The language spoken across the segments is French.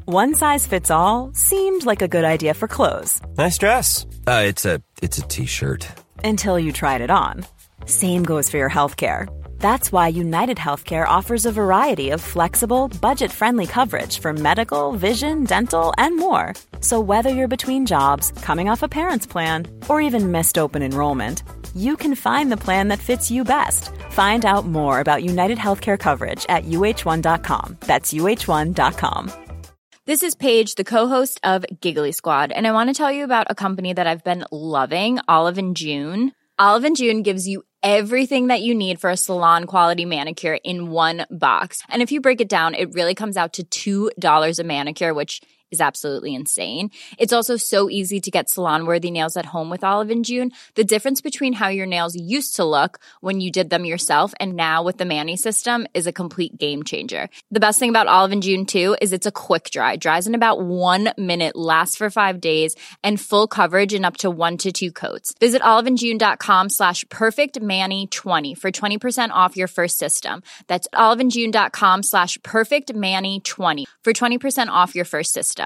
One size fits all seemed like a good idea for clothes. Nice dress. It's a t-shirt. Until you tried it on. Same goes for your healthcare. That's why United Healthcare offers a variety of flexible, budget-friendly coverage for medical, vision, dental, and more. So whether you're between jobs, coming off a parent's plan, or even missed open enrollment, you can find the plan that fits you best. Find out more about United Healthcare coverage at uh1.com. That's uh1.com. This is Paige, the co-host of Giggly Squad, and I want to tell you about a company that I've been loving, Olive & June. Olive & June gives you everything that you need for a salon-quality manicure in one box. And if you break it down, it really comes out to $2 a manicure, which is absolutely insane. It's also so easy to get salon-worthy nails at home with Olive & June. The difference between how your nails used to look when you did them yourself and now with the Mani system is a complete game changer. The best thing about Olive & June, too, is it's a quick dry. Dries in about 1 minute, lasts for 5 days, and full coverage in up to 1 to 2 coats. Visit oliveandjune.com/perfectmani20 for 20% off your first system. That's oliveandjune.com/perfectmani20 for 20% off your first system.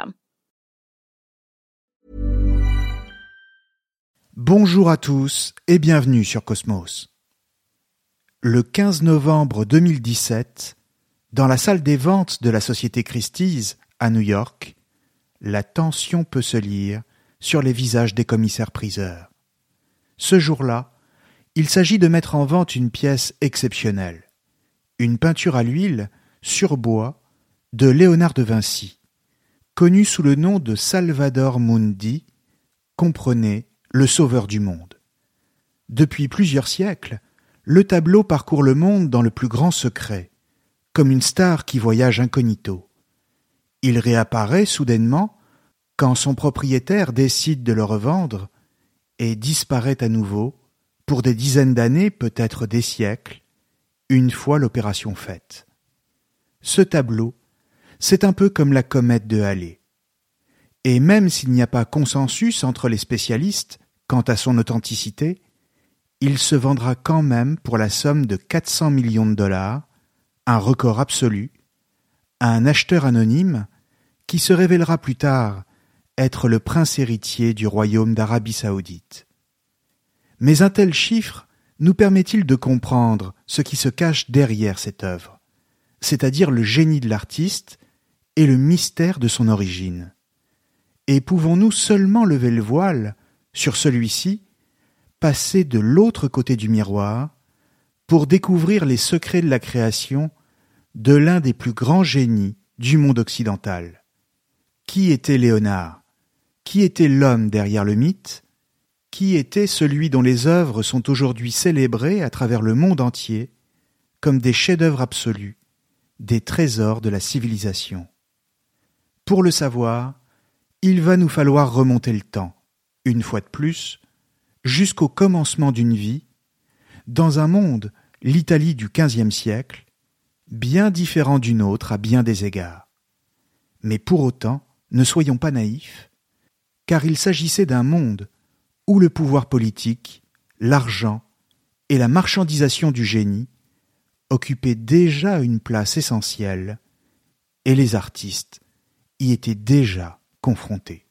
Bonjour à tous et bienvenue sur Cosmos. Le 15 novembre 2017, dans la salle des ventes de la société Christie's à New York, la tension peut se lire sur les visages des commissaires-priseurs. Ce jour-là, il s'agit de mettre en vente une pièce exceptionnelle, une peinture à l'huile sur bois de Léonard de Vinci, connu sous le nom de Salvator Mundi, comprenez le sauveur du monde. Depuis plusieurs siècles, le tableau parcourt le monde dans le plus grand secret, comme une star qui voyage incognito. Il réapparaît soudainement quand son propriétaire décide de le revendre et disparaît à nouveau pour des dizaines d'années, peut-être des siècles, une fois l'opération faite. Ce tableau, c'est un peu comme la comète de Halley. Et même s'il n'y a pas consensus entre les spécialistes quant à son authenticité, il se vendra quand même pour la somme de 400 millions de dollars, un record absolu, à un acheteur anonyme qui se révélera plus tard être le prince héritier du royaume d'Arabie Saoudite. Mais un tel chiffre nous permet-il de comprendre ce qui se cache derrière cette œuvre, c'est-à-dire le génie de l'artiste et le mystère de son origine? Et pouvons-nous seulement lever le voile sur celui-ci, passer de l'autre côté du miroir, pour découvrir les secrets de la création de l'un des plus grands génies du monde occidental? Qui était Léonard? Qui était l'homme derrière le mythe? Qui était celui dont les œuvres sont aujourd'hui célébrées à travers le monde entier comme des chefs-d'œuvre absolus, des trésors de la civilisation? Pour le savoir, il va nous falloir remonter le temps, une fois de plus, jusqu'au commencement d'une vie, dans un monde, l'Italie du XVe siècle, bien différent du nôtre à bien des égards. Mais pour autant, ne soyons pas naïfs, car il s'agissait d'un monde où le pouvoir politique, l'argent et la marchandisation du génie occupaient déjà une place essentielle, et les artistes y étaient déjà confrontés.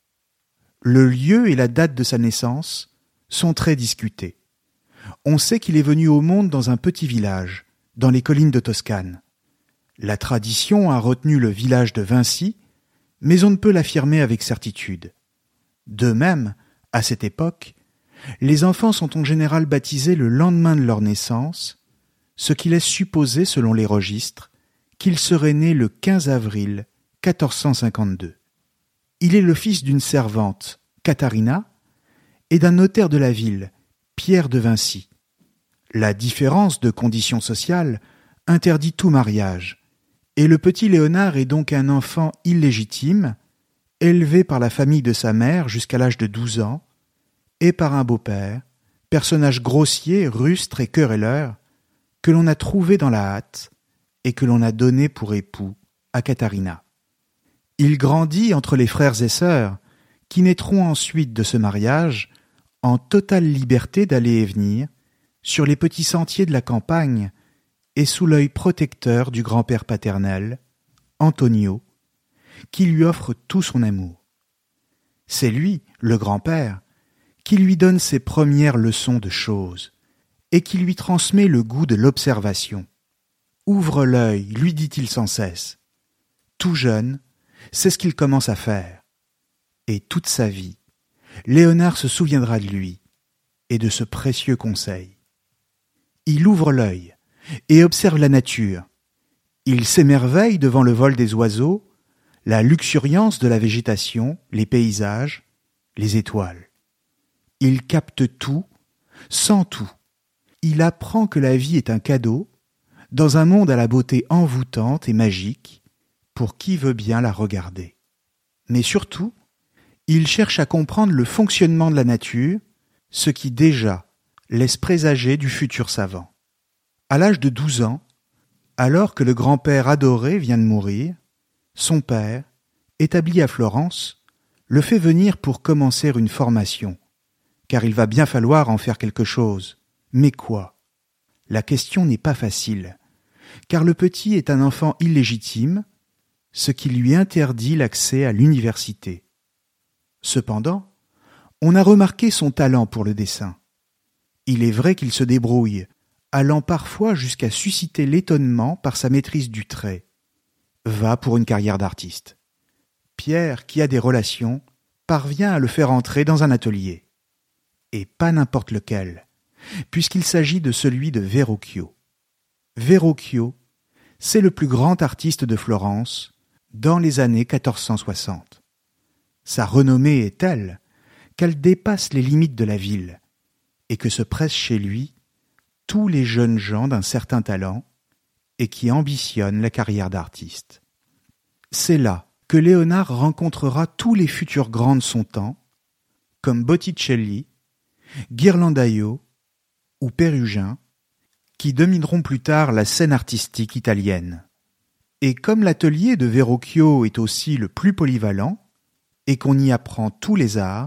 Le lieu et la date de sa naissance sont très discutés. On sait qu'il est venu au monde dans un petit village, dans les collines de Toscane. La tradition a retenu le village de Vinci, mais on ne peut l'affirmer avec certitude. De même, à cette époque, les enfants sont en général baptisés le lendemain de leur naissance, ce qui laisse supposer, selon les registres, qu'il serait né le 15 avril 1452. Il est le fils d'une servante, Katharina, et d'un notaire de la ville, Pierre de Vinci. La différence de conditions sociales interdit tout mariage, et le petit Léonard est donc un enfant illégitime, élevé par la famille de sa mère jusqu'à l'âge de 12 ans, et par un beau-père, personnage grossier, rustre et querelleur, que l'on a trouvé dans la hâte et que l'on a donné pour époux à Katharina. Il grandit entre les frères et sœurs, qui naîtront ensuite de ce mariage en totale liberté d'aller et venir sur les petits sentiers de la campagne et sous l'œil protecteur du grand-père paternel, Antonio, qui lui offre tout son amour. C'est lui, le grand-père, qui lui donne ses premières leçons de choses et qui lui transmet le goût de l'observation. « Ouvre l'œil », lui dit-il sans cesse. Tout jeune, c'est ce qu'il commence à faire. Et toute sa vie, Léonard se souviendra de lui et de ce précieux conseil. Il ouvre l'œil et observe la nature. Il s'émerveille devant le vol des oiseaux, la luxuriance de la végétation, les paysages, les étoiles. Il capte tout, sent tout. Il apprend que la vie est un cadeau, dans un monde à la beauté envoûtante et magique, pour qui veut bien la regarder. Mais surtout, il cherche à comprendre le fonctionnement de la nature, ce qui déjà laisse présager du futur savant. À l'âge de 12 ans, alors que le grand-père adoré vient de mourir, son père, établi à Florence, le fait venir pour commencer une formation, car il va bien falloir en faire quelque chose. Mais quoi ? La question n'est pas facile, car le petit est un enfant illégitime, ce qui lui interdit l'accès à l'université. Cependant, on a remarqué son talent pour le dessin. Il est vrai qu'il se débrouille, allant parfois jusqu'à susciter l'étonnement par sa maîtrise du trait. Va pour une carrière d'artiste. Pierre, qui a des relations, parvient à le faire entrer dans un atelier. Et pas n'importe lequel, puisqu'il s'agit de celui de Verrocchio. Verrocchio, c'est le plus grand artiste de Florence dans les années 1460. Sa renommée est telle qu'elle dépasse les limites de la ville et que se pressent chez lui tous les jeunes gens d'un certain talent et qui ambitionnent la carrière d'artiste. C'est là que Léonard rencontrera tous les futurs grands de son temps, comme Botticelli, Ghirlandaio ou Pérugin, qui domineront plus tard la scène artistique italienne. Et comme l'atelier de Verrocchio est aussi le plus polyvalent, et qu'on y apprend tous les arts,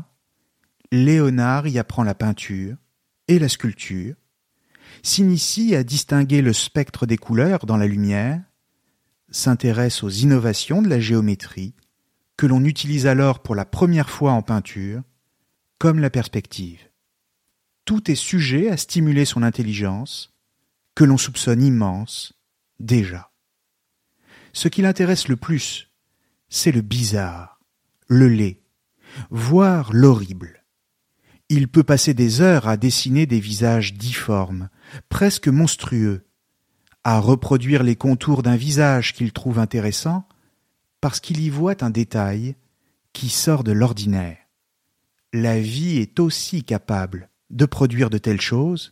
Léonard y apprend la peinture et la sculpture, s'initie à distinguer le spectre des couleurs dans la lumière, s'intéresse aux innovations de la géométrie, que l'on utilise alors pour la première fois en peinture, comme la perspective. Tout est sujet à stimuler son intelligence, que l'on soupçonne immense, déjà. Ce qui l'intéresse le plus, c'est le bizarre, le laid, voire l'horrible. Il peut passer des heures à dessiner des visages difformes, presque monstrueux, à reproduire les contours d'un visage qu'il trouve intéressant parce qu'il y voit un détail qui sort de l'ordinaire. La vie est aussi capable de produire de telles choses,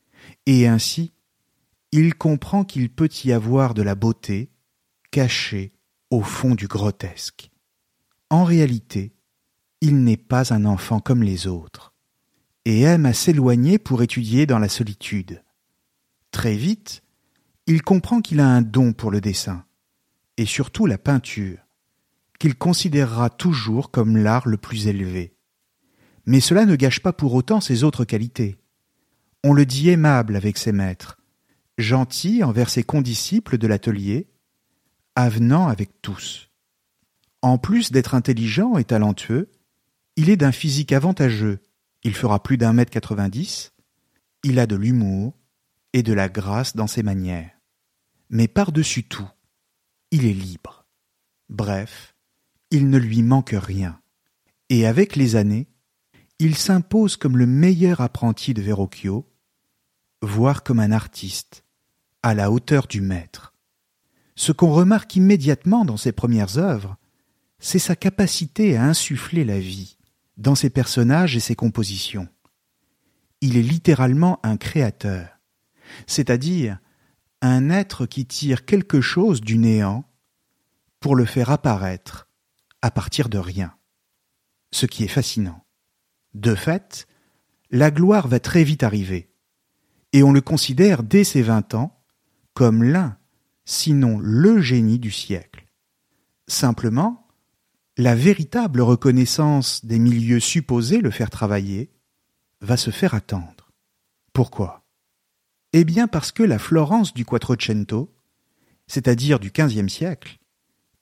et ainsi, il comprend qu'il peut y avoir de la beauté cachée au fond du grotesque. En réalité, il n'est pas un enfant comme les autres, et aime à s'éloigner pour étudier dans la solitude. Très vite, il comprend qu'il a un don pour le dessin, et surtout la peinture, qu'il considérera toujours comme l'art le plus élevé. Mais cela ne gâche pas pour autant ses autres qualités. On le dit aimable avec ses maîtres, gentil envers ses condisciples de l'atelier, avenant avec tous. En plus d'être intelligent et talentueux, il est d'un physique avantageux, il fera plus d'1,90 m, il a de l'humour et de la grâce dans ses manières. Mais par-dessus tout, il est libre. Bref, il ne lui manque rien. Et avec les années, il s'impose comme le meilleur apprenti de Verrocchio, voire comme un artiste, à la hauteur du maître. Ce qu'on remarque immédiatement dans ses premières œuvres, c'est sa capacité à insuffler la vie dans ses personnages et ses compositions. Il est littéralement un créateur, c'est-à-dire un être qui tire quelque chose du néant pour le faire apparaître à partir de rien. Ce qui est fascinant. De fait, la gloire va très vite arriver, et on le considère dès ses 20 ans comme l'un, sinon le génie du siècle. Simplement, la véritable reconnaissance des milieux supposés le faire travailler va se faire attendre. Pourquoi ? Eh bien parce que la Florence du Quattrocento, c'est-à-dire du XVe siècle,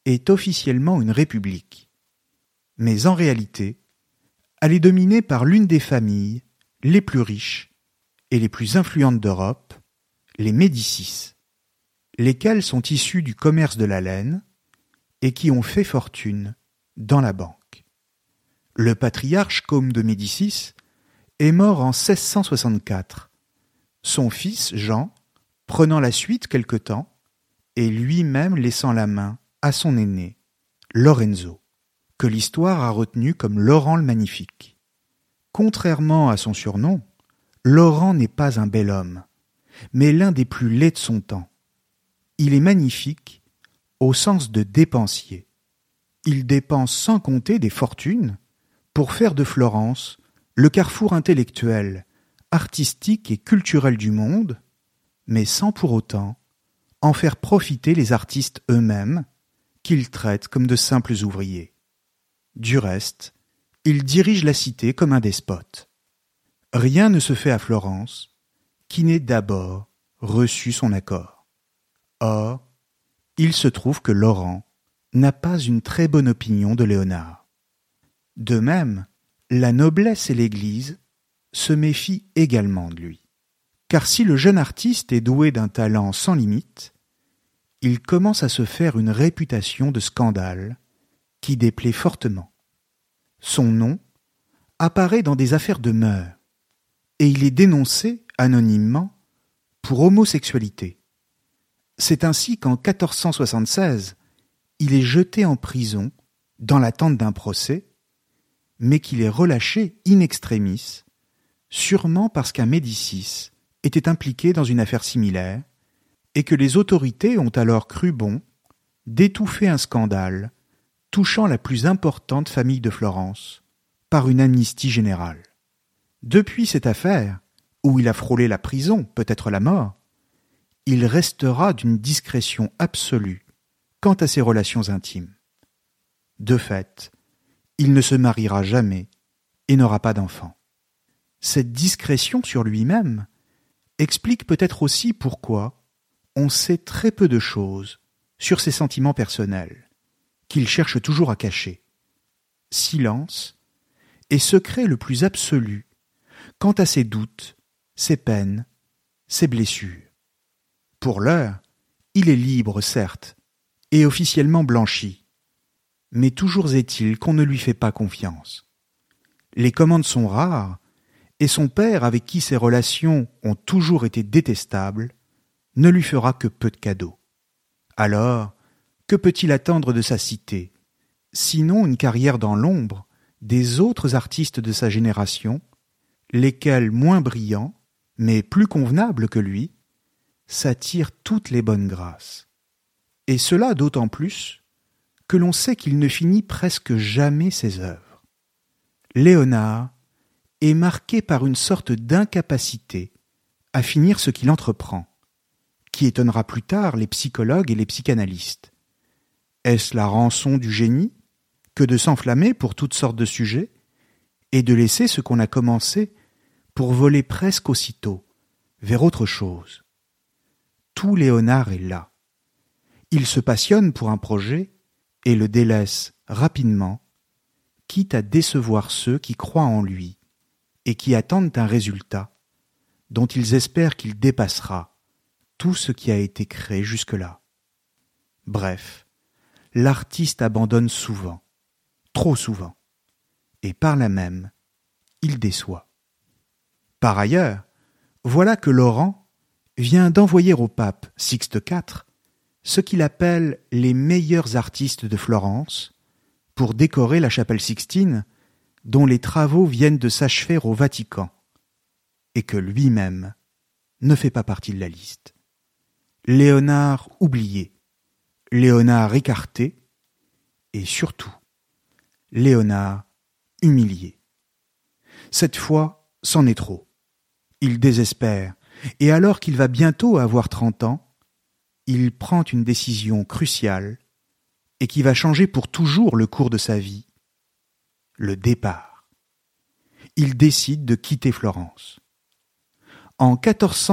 est officiellement une république. Mais en réalité, elle est dominée par l'une des familles les plus riches et les plus influentes d'Europe, les Médicis, lesquels sont issus du commerce de la laine et qui ont fait fortune dans la banque. Le patriarche Côme de Médicis est mort en 1664, son fils Jean prenant la suite quelque temps et lui-même laissant la main à son aîné, Lorenzo, que l'histoire a retenu comme Laurent le Magnifique. Contrairement à son surnom, Laurent n'est pas un bel homme, mais l'un des plus laids de son temps. Il est magnifique au sens de dépensier. Il dépense sans compter des fortunes pour faire de Florence le carrefour intellectuel, artistique et culturel du monde, mais sans pour autant en faire profiter les artistes eux-mêmes, qu'il traite comme de simples ouvriers. Du reste, il dirige la cité comme un despote. Rien ne se fait à Florence qui n'ait d'abord reçu son accord. Or, il se trouve que Laurent n'a pas une très bonne opinion de Léonard. De même, la noblesse et l'Église se méfient également de lui. Car si le jeune artiste est doué d'un talent sans limite, il commence à se faire une réputation de scandale qui déplaît fortement. Son nom apparaît dans des affaires de mœurs et il est dénoncé anonymement pour homosexualité. C'est ainsi qu'en 1476, il est jeté en prison dans l'attente d'un procès, mais qu'il est relâché in extremis, sûrement parce qu'un Médicis était impliqué dans une affaire similaire et que les autorités ont alors cru bon d'étouffer un scandale touchant la plus importante famille de Florence par une amnistie générale. Depuis cette affaire, où il a frôlé la prison, peut-être la mort, il restera d'une discrétion absolue quant à ses relations intimes. De fait, il ne se mariera jamais et n'aura pas d'enfant. Cette discrétion sur lui-même explique peut-être aussi pourquoi on sait très peu de choses sur ses sentiments personnels, qu'il cherche toujours à cacher. Silence et secret le plus absolu quant à ses doutes, ses peines, ses blessures. Pour l'heure, il est libre, certes, et officiellement blanchi, mais toujours est-il qu'on ne lui fait pas confiance. Les commandes sont rares, et son père, avec qui ses relations ont toujours été détestables, ne lui fera que peu de cadeaux. Alors, que peut-il attendre de sa cité, sinon une carrière dans l'ombre des autres artistes de sa génération, lesquels, moins brillants, mais plus convenables que lui, s'attirent toutes les bonnes grâces. Et cela d'autant plus que l'on sait qu'il ne finit presque jamais ses œuvres. Léonard est marqué par une sorte d'incapacité à finir ce qu'il entreprend, qui étonnera plus tard les psychologues et les psychanalystes. Est-ce la rançon du génie que de s'enflammer pour toutes sortes de sujets et de laisser ce qu'on a commencé pour voler presque aussitôt vers autre chose? Tout Léonard est là. Il se passionne pour un projet et le délaisse rapidement, quitte à décevoir ceux qui croient en lui et qui attendent un résultat dont ils espèrent qu'il dépassera tout ce qui a été créé jusque-là. Bref, l'artiste abandonne souvent, trop souvent, et par là même, il déçoit. Par ailleurs, voilà que Laurent vient d'envoyer au pape Sixte IV ce qu'il appelle les meilleurs artistes de Florence pour décorer la chapelle Sixtine dont les travaux viennent de s'achever au Vatican, et que lui-même ne fait pas partie de la liste. Léonard oublié, Léonard écarté, et surtout, Léonard humilié. Cette fois, c'en est trop. Il désespère, et alors qu'il va bientôt avoir 30 ans, il prend une décision cruciale et qui va changer pour toujours le cours de sa vie. Le départ. Il décide de quitter Florence. En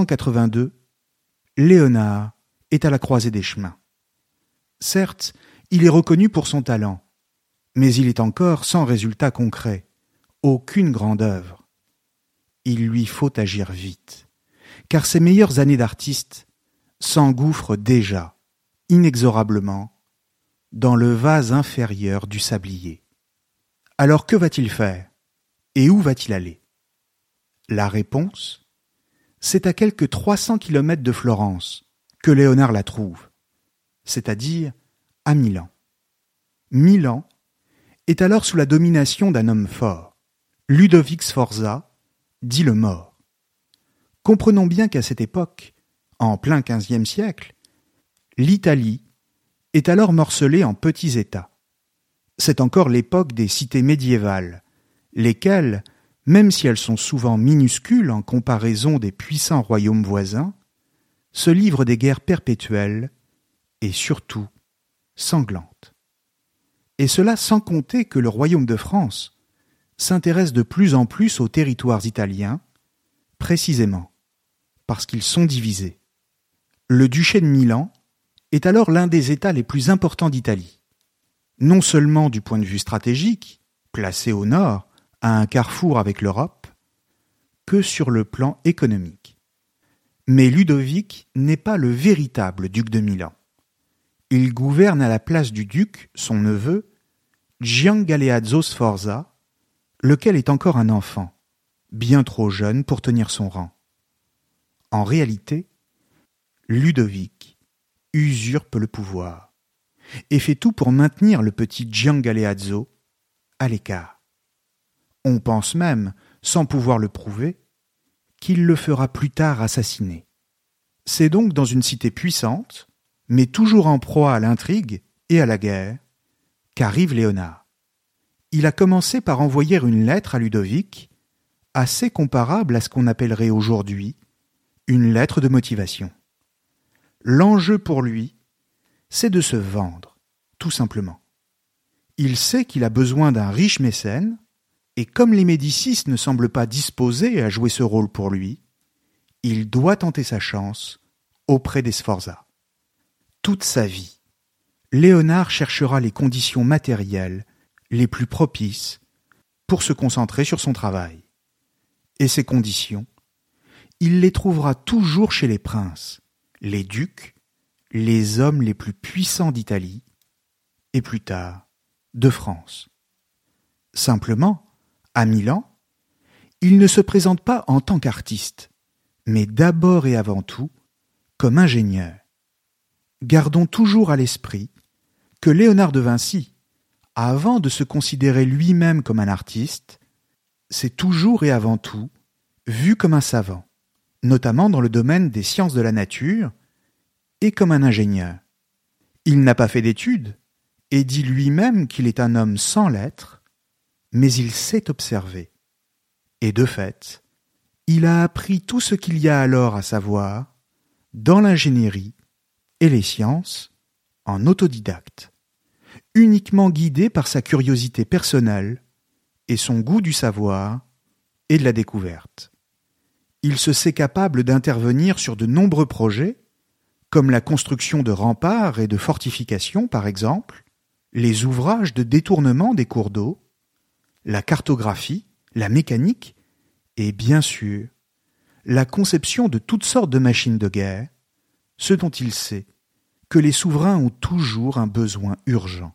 1482, Léonard est à la croisée des chemins. Certes, Il est reconnu pour son talent, mais il est encore sans résultat concret, aucune grande œuvre. Il lui faut agir vite, car ses meilleures années d'artiste s'engouffrent déjà, inexorablement, dans le vase inférieur du sablier. Alors que va-t-il faire? Et où va-t-il aller? La réponse, c'est à quelques 300 kilomètres de Florence que Léonard la trouve, c'est-à-dire à Milan. Milan est alors sous la domination d'un homme fort, Ludovic Sforza, dit le Mort. Comprenons bien qu'à cette époque, en plein XVe siècle, l'Italie est alors morcelée en petits États. C'est encore l'époque des cités médiévales, lesquelles, même si elles sont souvent minuscules en comparaison des puissants royaumes voisins, se livrent des guerres perpétuelles et surtout sanglantes. Et cela sans compter que le royaume de France s'intéresse de plus en plus aux territoires italiens, précisément parce qu'ils sont divisés. Le duché de Milan est alors l'un des États les plus importants d'Italie, non seulement du point de vue stratégique, placé au nord, à un carrefour avec l'Europe, que sur le plan économique. Mais Ludovic n'est pas le véritable duc de Milan. Il gouverne à la place du duc, son neveu, Gian Galeazzo Sforza, lequel est encore un enfant, bien trop jeune pour tenir son rang. En réalité, Ludovic usurpe le pouvoir et fait tout pour maintenir le petit Gian Galeazzo à l'écart. On pense même, sans pouvoir le prouver, qu'il le fera plus tard assassiner. C'est donc dans une cité puissante, mais toujours en proie à l'intrigue et à la guerre, qu'arrive Léonard. Il a commencé par envoyer une lettre à Ludovic, assez comparable à ce qu'on appellerait aujourd'hui une lettre de motivation. L'enjeu pour lui, c'est de se vendre, tout simplement. Il sait qu'il a besoin d'un riche mécène, et comme les Médicis ne semblent pas disposés à jouer ce rôle pour lui, il doit tenter sa chance auprès des Sforza. Toute sa vie, Léonard cherchera les conditions matérielles les plus propices pour se concentrer sur son travail. Et ces conditions, il les trouvera toujours chez les princes, les ducs, les hommes les plus puissants d'Italie, et plus tard, de France. Simplement, à Milan, il ne se présente pas en tant qu'artiste, mais d'abord et avant tout comme ingénieur. Gardons toujours à l'esprit que Léonard de Vinci, avant de se considérer lui-même comme un artiste, s'est toujours et avant tout vu comme un savant, notamment dans le domaine des sciences de la nature, et comme un ingénieur. Il n'a pas fait d'études, et dit lui-même qu'il est un homme sans lettres, mais il sait observer. Et de fait, il a appris tout ce qu'il y a alors à savoir dans l'ingénierie et les sciences en autodidacte, uniquement guidé par sa curiosité personnelle et son goût du savoir et de la découverte. Il se sait capable d'intervenir sur de nombreux projets, comme la construction de remparts et de fortifications par exemple, les ouvrages de détournement des cours d'eau, la cartographie, la mécanique et, bien sûr, la conception de toutes sortes de machines de guerre, ce dont il sait que les souverains ont toujours un besoin urgent.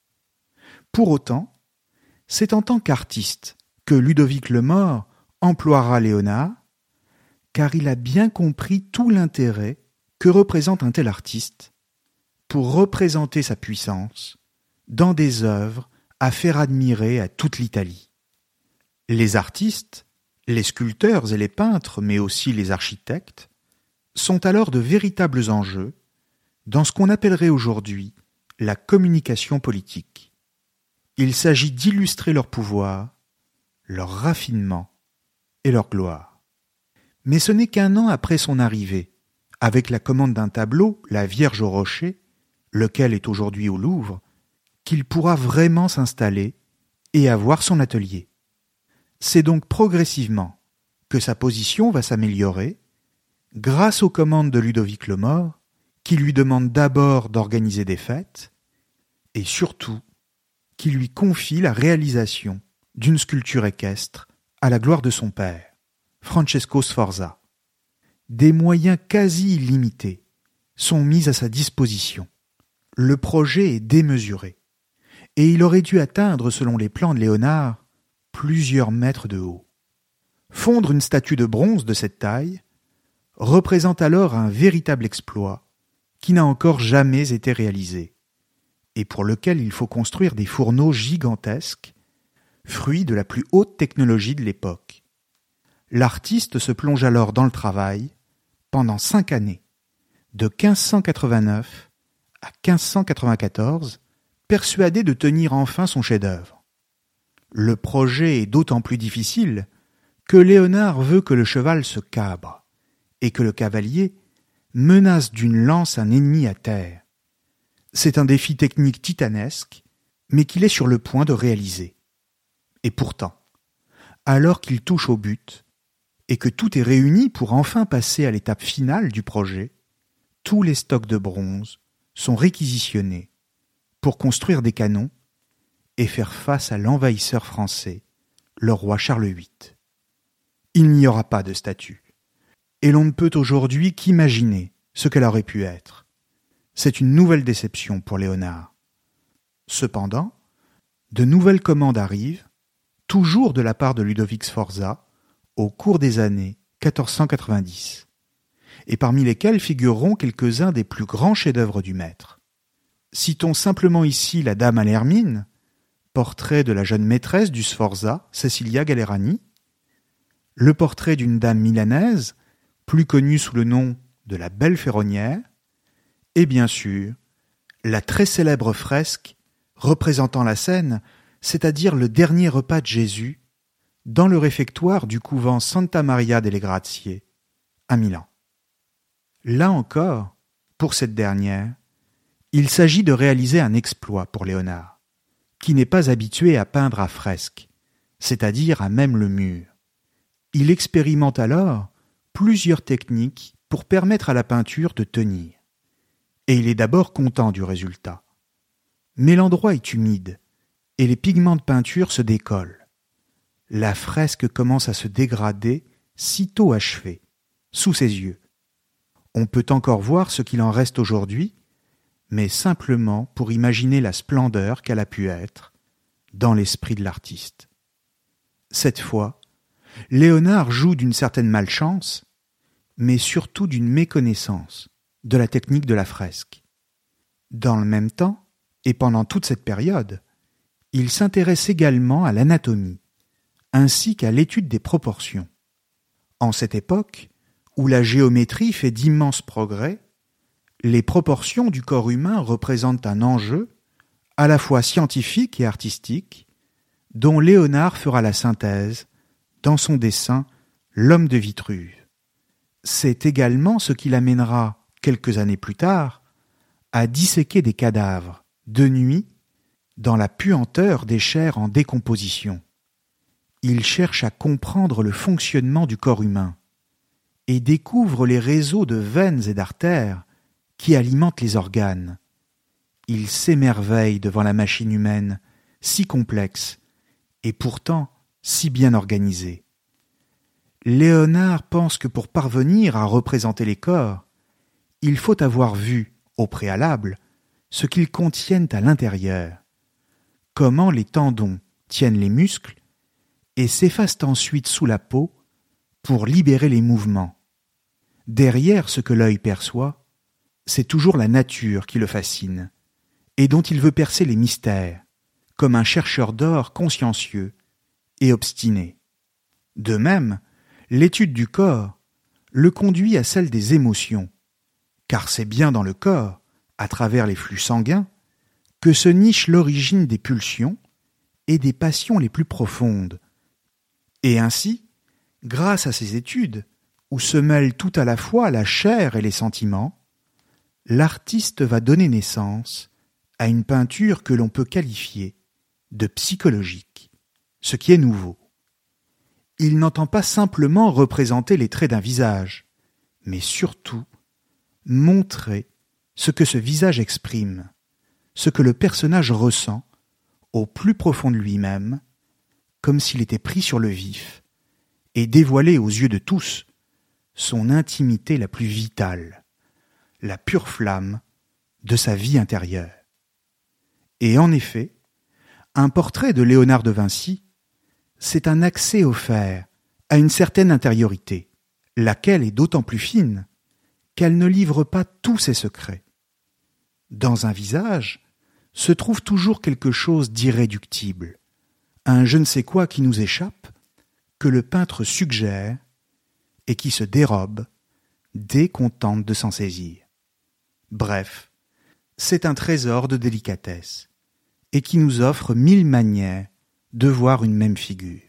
Pour autant, c'est en tant qu'artiste que Ludovic le Mort emploiera Léonard, car il a bien compris tout l'intérêt que représente un tel artiste pour représenter sa puissance dans des œuvres à faire admirer à toute l'Italie. Les artistes, les sculpteurs et les peintres, mais aussi les architectes, sont alors de véritables enjeux dans ce qu'on appellerait aujourd'hui la communication politique. Il s'agit d'illustrer leur pouvoir, leur raffinement et leur gloire. Mais ce n'est qu'un an après son arrivée, avec la commande d'un tableau, La Vierge au Rocher, lequel est aujourd'hui au Louvre, qu'il pourra vraiment s'installer et avoir son atelier. C'est donc progressivement que sa position va s'améliorer grâce aux commandes de Ludovic le Mort, qui lui demande d'abord d'organiser des fêtes, et surtout qui lui confie la réalisation d'une sculpture équestre à la gloire de son père, Francesco Sforza. Des moyens quasi illimités sont mis à sa disposition. Le projet est démesuré, et il aurait dû atteindre, selon les plans de Léonard, plusieurs mètres de haut. Fondre une statue de bronze de cette taille représente alors un véritable exploit qui n'a encore jamais été réalisé, et pour lequel il faut construire des fourneaux gigantesques, fruits de la plus haute technologie de l'époque. L'artiste se plonge alors dans le travail pendant 5 années, de 1589 à 1594, persuadé de tenir enfin son chef-d'œuvre. Le projet est d'autant plus difficile que Léonard veut que le cheval se cabre et que le cavalier menace d'une lance un ennemi à terre. C'est un défi technique titanesque, mais qu'il est sur le point de réaliser. Et pourtant, alors qu'il touche au but, et que tout est réuni pour enfin passer à l'étape finale du projet, tous les stocks de bronze sont réquisitionnés pour construire des canons et faire face à l'envahisseur français, le roi Charles VIII. Il n'y aura pas de statue, et l'on ne peut aujourd'hui qu'imaginer ce qu'elle aurait pu être. C'est une nouvelle déception pour Léonard. Cependant, de nouvelles commandes arrivent, toujours de la part de Ludovic Sforza, au cours des années 1490, et parmi lesquels figureront quelques-uns des plus grands chefs-d'œuvre du maître. Citons simplement ici la Dame à l'hermine, portrait de la jeune maîtresse du Sforza, Cecilia Gallerani, le portrait d'une dame milanaise, plus connue sous le nom de la Belle Ferronnière, et bien sûr, la très célèbre fresque représentant la scène, c'est-à-dire le dernier repas de Jésus, dans le réfectoire du couvent Santa Maria delle Grazie, à Milan. Là encore, pour cette dernière, il s'agit de réaliser un exploit pour Léonard, qui n'est pas habitué à peindre à fresque, c'est-à-dire à même le mur. Il expérimente alors plusieurs techniques pour permettre à la peinture de tenir. Et il est d'abord content du résultat. Mais l'endroit est humide, et les pigments de peinture se décollent. La fresque commence à se dégrader sitôt achevée, sous ses yeux. On peut encore voir ce qu'il en reste aujourd'hui, mais simplement pour imaginer la splendeur qu'elle a pu être dans l'esprit de l'artiste. Cette fois, Léonard joue d'une certaine malchance, mais surtout d'une méconnaissance de la technique de la fresque. Dans le même temps, et pendant toute cette période, il s'intéresse également à l'anatomie, ainsi qu'à l'étude des proportions. En cette époque, où la géométrie fait d'immenses progrès, les proportions du corps humain représentent un enjeu à la fois scientifique et artistique, dont Léonard fera la synthèse dans son dessin « L'homme de Vitruve ». C'est également ce qui l'amènera, quelques années plus tard, à disséquer des cadavres, de nuit, dans la puanteur des chairs en décomposition. Il cherche à comprendre le fonctionnement du corps humain et découvre les réseaux de veines et d'artères qui alimentent les organes. Il s'émerveille devant la machine humaine, si complexe et pourtant si bien organisée. Léonard pense que pour parvenir à représenter les corps, il faut avoir vu, au préalable, ce qu'ils contiennent à l'intérieur, comment les tendons tiennent les muscles et s'effacent ensuite sous la peau pour libérer les mouvements. Derrière ce que l'œil perçoit, c'est toujours la nature qui le fascine et dont il veut percer les mystères, comme un chercheur d'or consciencieux et obstiné. De même, l'étude du corps le conduit à celle des émotions, car c'est bien dans le corps, à travers les flux sanguins, que se niche l'origine des pulsions et des passions les plus profondes. Et ainsi, grâce à ces études, où se mêlent tout à la fois la chair et les sentiments, l'artiste va donner naissance à une peinture que l'on peut qualifier de psychologique, ce qui est nouveau. Il n'entend pas simplement représenter les traits d'un visage, mais surtout montrer ce que ce visage exprime, ce que le personnage ressent au plus profond de lui-même, comme s'il était pris sur le vif et dévoilé aux yeux de tous son intimité la plus vitale, la pure flamme de sa vie intérieure. Et en effet, un portrait de Léonard de Vinci, c'est un accès offert à une certaine intériorité, laquelle est d'autant plus fine qu'elle ne livre pas tous ses secrets. Dans un visage se trouve toujours quelque chose d'irréductible, un je ne sais quoi qui nous échappe, que le peintre suggère et qui se dérobe dès qu'on tente de s'en saisir. Bref, c'est un trésor de délicatesse et qui nous offre 1000 manières de voir une même figure.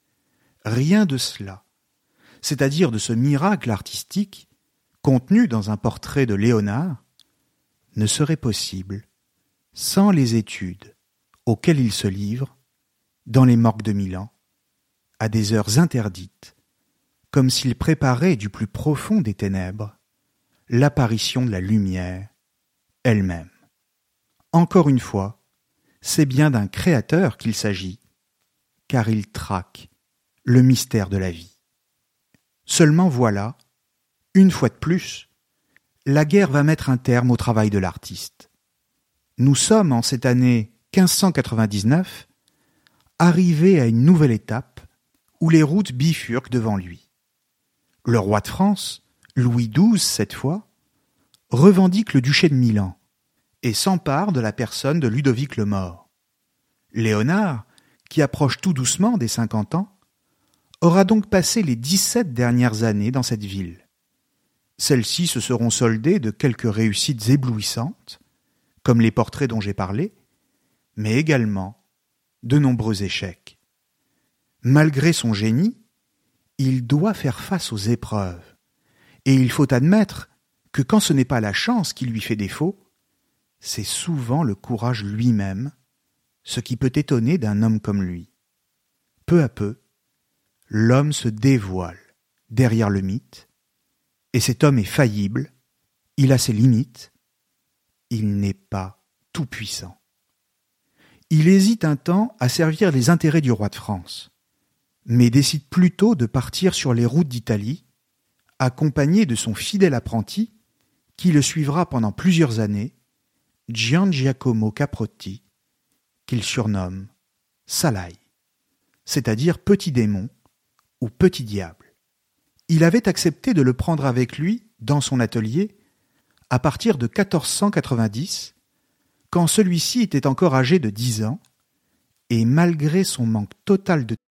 Rien de cela, c'est-à-dire de ce miracle artistique contenu dans un portrait de Léonard, ne serait possible sans les études auxquelles il se livre dans les morgues de Milan, à des heures interdites, comme s'il préparait du plus profond des ténèbres l'apparition de la lumière elle-même. Encore une fois, c'est bien d'un créateur qu'il s'agit, car il traque le mystère de la vie. Seulement voilà, une fois de plus, la guerre va mettre un terme au travail de l'artiste. Nous sommes, en cette année 1599, arrivés à une nouvelle étape où les routes bifurquent devant lui. Le roi de France, Louis XII cette fois, revendique le duché de Milan et s'empare de la personne de Ludovic le Mort. Léonard, qui approche tout doucement des 50 ans, aura donc passé les 17 dernières années dans cette ville. Celles-ci se seront soldées de quelques réussites éblouissantes, comme les portraits dont j'ai parlé, mais également de nombreux échecs. Malgré son génie, il doit faire face aux épreuves, et il faut admettre que quand ce n'est pas la chance qui lui fait défaut, c'est souvent le courage lui-même, ce qui peut étonner d'un homme comme lui. Peu à peu, l'homme se dévoile derrière le mythe, et cet homme est faillible, il a ses limites, il n'est pas tout-puissant. Il hésite un temps à servir les intérêts du roi de France, mais décide plutôt de partir sur les routes d'Italie, accompagné de son fidèle apprenti, qui le suivra pendant plusieurs années, Gian Giacomo Caprotti, qu'il surnomme Salaï, c'est-à-dire petit démon ou petit diable. Il avait accepté de le prendre avec lui dans son atelier à partir de 1490, quand celui-ci était encore âgé de 10 ans, et malgré son manque total de...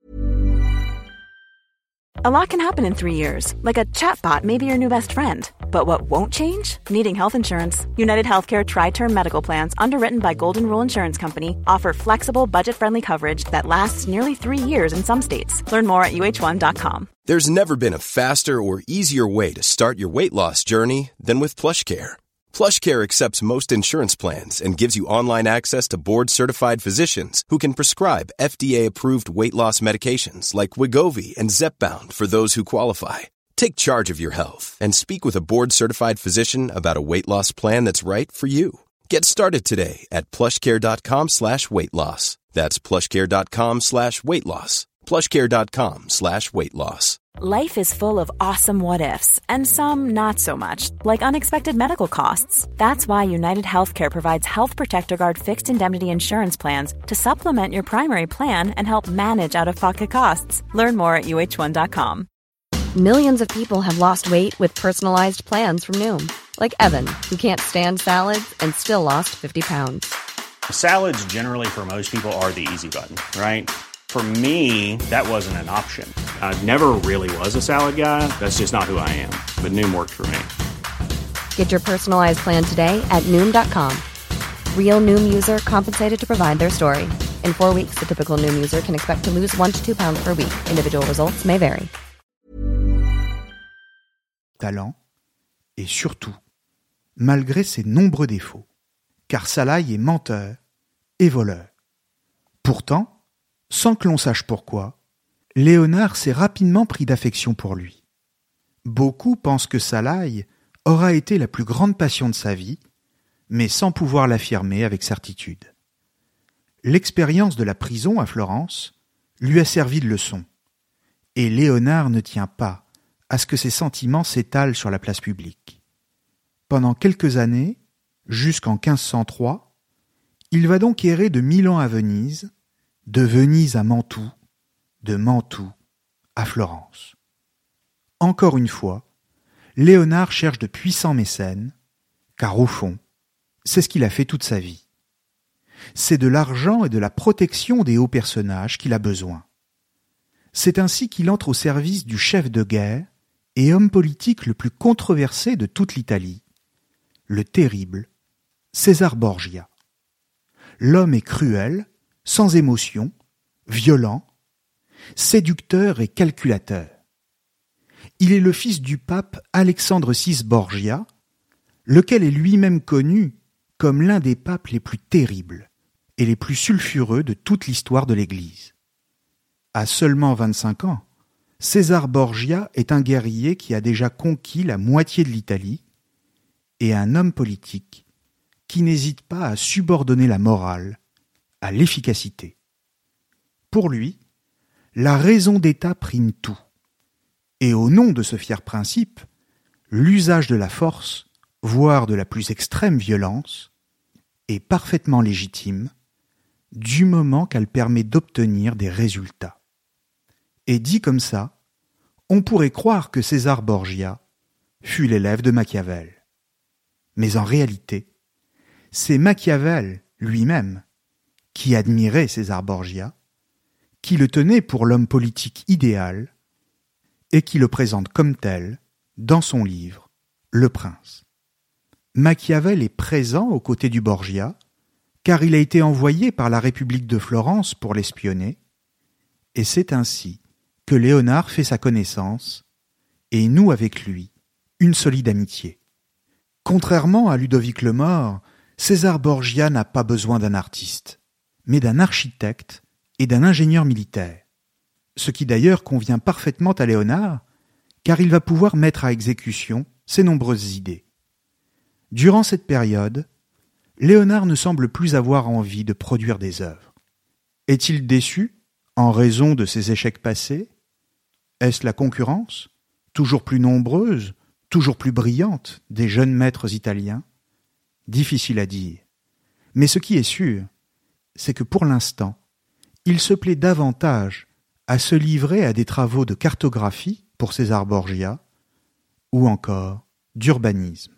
A lot can happen in 3 years, like a chatbot may be your new best friend. But what won't change? Needing health insurance. United Healthcare Tri-Term Medical Plans, underwritten by Golden Rule Insurance Company, offer flexible, budget-friendly coverage that lasts nearly 3 years in some states. Learn more at uh1.com. There's never been a faster or easier way to start your weight loss journey than with PlushCare. PlushCare accepts most insurance plans and gives you online access to board-certified physicians who can prescribe FDA-approved weight loss medications like Wegovy and Zepbound for those who qualify. Take charge of your health and speak with a board-certified physician about a weight loss plan that's right for you. Get started today at plushcare.com/weightloss. That's plushcare.com/weightloss. plushcare.com/weightloss. Life is full of awesome what-ifs, and some not so much, like unexpected medical costs. That's why United Healthcare provides Health Protector Guard fixed indemnity insurance plans to supplement your primary plan and help manage out-of-pocket costs. Learn more at uh1.com. Millions of people have lost weight with personalized plans from Noom. Like Evan, who can't stand salads and still lost 50 pounds. Salads generally for most people are the easy button, right? For me, that wasn't an option. I never really was a salad guy. That's just not who I am. But Noom worked for me. Get your personalized plan today at Noom.com. Real Noom user compensated to provide their story. In 4 weeks, the typical Noom user can expect to lose 1 to 2 pounds per week. Individual results may vary. Talent, et surtout, malgré ses nombreux défauts, car Salaï est menteur et voleur. Pourtant, sans que l'on sache pourquoi, Léonard s'est rapidement pris d'affection pour lui. Beaucoup pensent que Salaï aura été la plus grande passion de sa vie, mais sans pouvoir l'affirmer avec certitude. L'expérience de la prison à Florence lui a servi de leçon, et Léonard ne tient pas à ce que ses sentiments s'étalent sur la place publique. Pendant quelques années, jusqu'en 1503, il va donc errer de Milan à Venise, de Venise à Mantoue, de Mantoue à Florence. Encore une fois, Léonard cherche de puissants mécènes, car au fond, c'est ce qu'il a fait toute sa vie. C'est de l'argent et de la protection des hauts personnages qu'il a besoin. C'est ainsi qu'il entre au service du chef de guerre et homme politique le plus controversé de toute l'Italie, le terrible César Borgia. L'homme est cruel, sans émotion, violent, séducteur et calculateur. Il est le fils du pape Alexandre VI Borgia, lequel est lui-même connu comme l'un des papes les plus terribles et les plus sulfureux de toute l'histoire de l'Église. À seulement 25 ans, César Borgia est un guerrier qui a déjà conquis la moitié de l'Italie et un homme politique qui n'hésite pas à subordonner la morale à l'efficacité. Pour lui, la raison d'État prime tout. Et au nom de ce fier principe, l'usage de la force, voire de la plus extrême violence, est parfaitement légitime, du moment qu'elle permet d'obtenir des résultats. Et dit comme ça, on pourrait croire que César Borgia fut l'élève de Machiavel. Mais en réalité, c'est Machiavel lui-même qui admirait César Borgia, qui le tenait pour l'homme politique idéal et qui le présente comme tel dans son livre « Le Prince ». Machiavel est présent aux côtés du Borgia, car il a été envoyé par la République de Florence pour l'espionner, et c'est ainsi que Léonard fait sa connaissance et noue avec lui une solide amitié. Contrairement à Ludovic le Mort, César Borgia n'a pas besoin d'un artiste, mais d'un architecte et d'un ingénieur militaire, ce qui d'ailleurs convient parfaitement à Léonard, car il va pouvoir mettre à exécution ses nombreuses idées. Durant cette période, Léonard ne semble plus avoir envie de produire des œuvres. Est-il déçu en raison de ses échecs passés? Est-ce la concurrence, toujours plus nombreuse, toujours plus brillante, des jeunes maîtres italiens? Difficile à dire. Mais ce qui est sûr, c'est que pour l'instant, il se plaît davantage à se livrer à des travaux de cartographie pour César Borgia, ou encore d'urbanisme.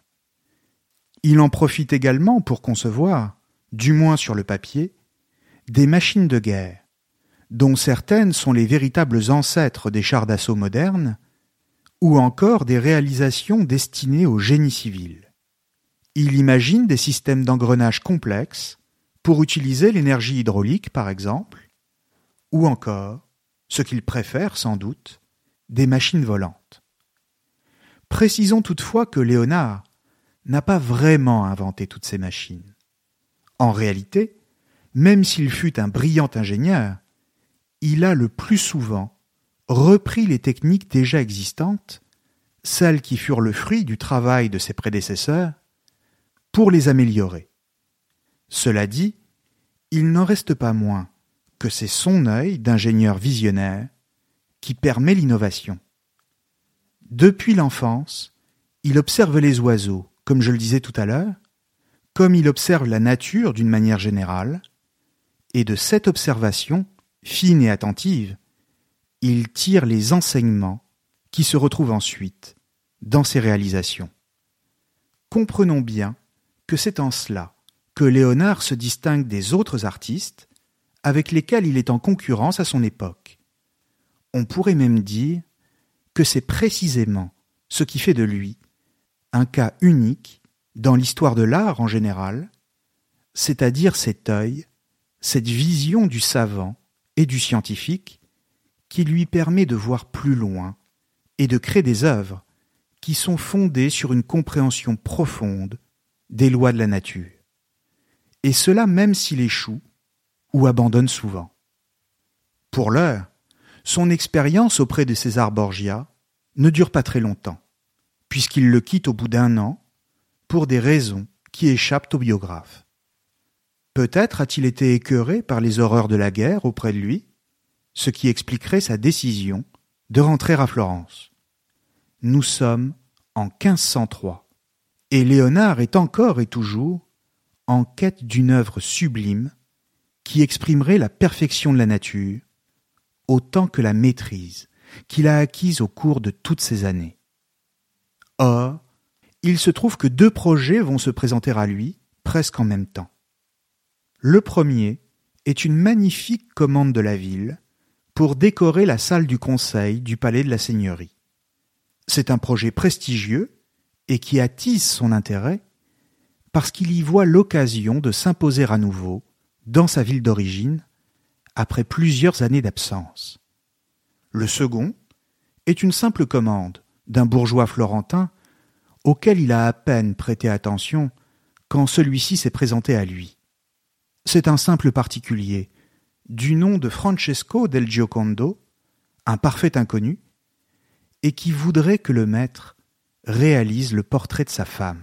Il en profite également pour concevoir, du moins sur le papier, des machines de guerre, dont certaines sont les véritables ancêtres des chars d'assaut modernes, ou encore des réalisations destinées au génie civil. Il imagine des systèmes d'engrenage complexes pour utiliser l'énergie hydraulique, par exemple, ou encore, ce qu'il préfère sans doute, des machines volantes. Précisons toutefois que Léonard n'a pas vraiment inventé toutes ces machines. En réalité, même s'il fut un brillant ingénieur, il a le plus souvent repris les techniques déjà existantes, celles qui furent le fruit du travail de ses prédécesseurs, pour les améliorer. Cela dit, il n'en reste pas moins que c'est son œil d'ingénieur visionnaire qui permet l'innovation. Depuis l'enfance, il observe les oiseaux, comme je le disais tout à l'heure, comme il observe la nature d'une manière générale, et de cette observation, fine et attentive, il tire les enseignements qui se retrouvent ensuite dans ses réalisations. Comprenons bien que c'est en cela que Léonard se distingue des autres artistes avec lesquels il est en concurrence à son époque. On pourrait même dire que c'est précisément ce qui fait de lui un cas unique dans l'histoire de l'art en général, c'est-à-dire cet œil, cette vision du savant et du scientifique qui lui permet de voir plus loin et de créer des œuvres qui sont fondées sur une compréhension profonde des lois de la nature. Et cela même s'il échoue ou abandonne souvent. Pour l'heure, son expérience auprès de César Borgia ne dure pas très longtemps, puisqu'il le quitte au bout d'1 an pour des raisons qui échappent au biographe. Peut-être a-t-il été écœuré par les horreurs de la guerre auprès de lui, ce qui expliquerait sa décision de rentrer à Florence. Nous sommes en 1503, et Léonard est encore et toujours en quête d'une œuvre sublime qui exprimerait la perfection de la nature, autant que la maîtrise qu'il a acquise au cours de toutes ces années. Or, il se trouve que 2 projets vont se présenter à lui presque en même temps. Le premier est une magnifique commande de la ville pour décorer la salle du conseil du palais de la seigneurie. C'est un projet prestigieux et qui attise son intérêt parce qu'il y voit l'occasion de s'imposer à nouveau dans sa ville d'origine après plusieurs années d'absence. Le second est une simple commande d'un bourgeois florentin auquel il a à peine prêté attention quand celui-ci s'est présenté à lui. C'est un simple particulier, du nom de Francesco del Giocondo, un parfait inconnu, et qui voudrait que le maître réalise le portrait de sa femme.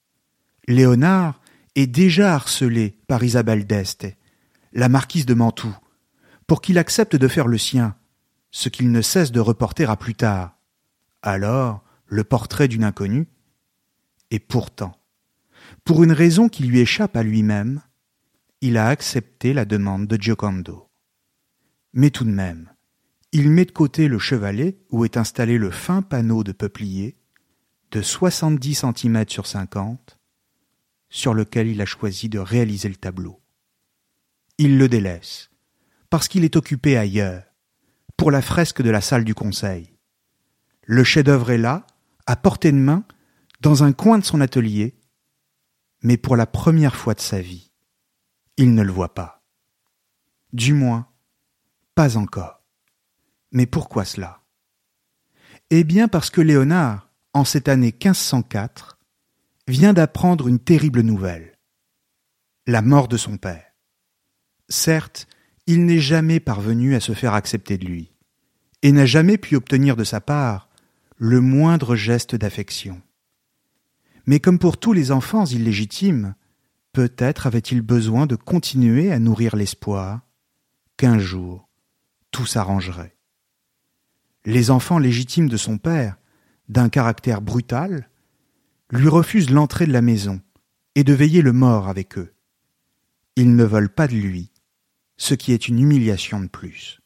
Léonard est déjà harcelé par Isabelle d'Este, la marquise de Mantoue, pour qu'il accepte de faire le sien, ce qu'il ne cesse de reporter à plus tard. Alors, le portrait d'une inconnue. Et pourtant, pour une raison qui lui échappe à lui-même, il a accepté la demande de Giocondo. Mais tout de même, il met de côté le chevalet où est installé le fin panneau de peuplier de 70 cm sur 50, sur lequel il a choisi de réaliser le tableau. Il le délaisse, parce qu'il est occupé ailleurs, pour la fresque de la salle du conseil. Le chef-d'œuvre est là, à portée de main, dans un coin de son atelier, mais pour la première fois de sa vie, il ne le voit pas. Du moins, pas encore. Mais pourquoi cela ? Eh bien parce que Léonard, en cette année 1504, vient d'apprendre une terrible nouvelle. La mort de son père. Certes, il n'est jamais parvenu à se faire accepter de lui, et n'a jamais pu obtenir de sa part le moindre geste d'affection. Mais comme pour tous les enfants illégitimes, peut-être avait-il besoin de continuer à nourrir l'espoir qu'un jour tout s'arrangerait. Les enfants légitimes de son père, d'un caractère brutal, lui refusent l'entrée de la maison et de veiller le mort avec eux. Ils ne veulent pas de lui, ce qui est une humiliation de plus.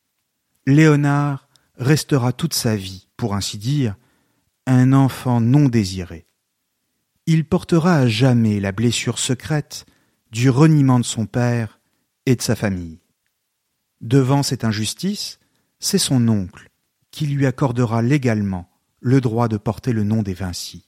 Léonard restera toute sa vie, pour ainsi dire, un enfant non désiré. Il portera à jamais la blessure secrète du reniement de son père et de sa famille. Devant cette injustice, c'est son oncle qui lui accordera légalement le droit de porter le nom des Vinci.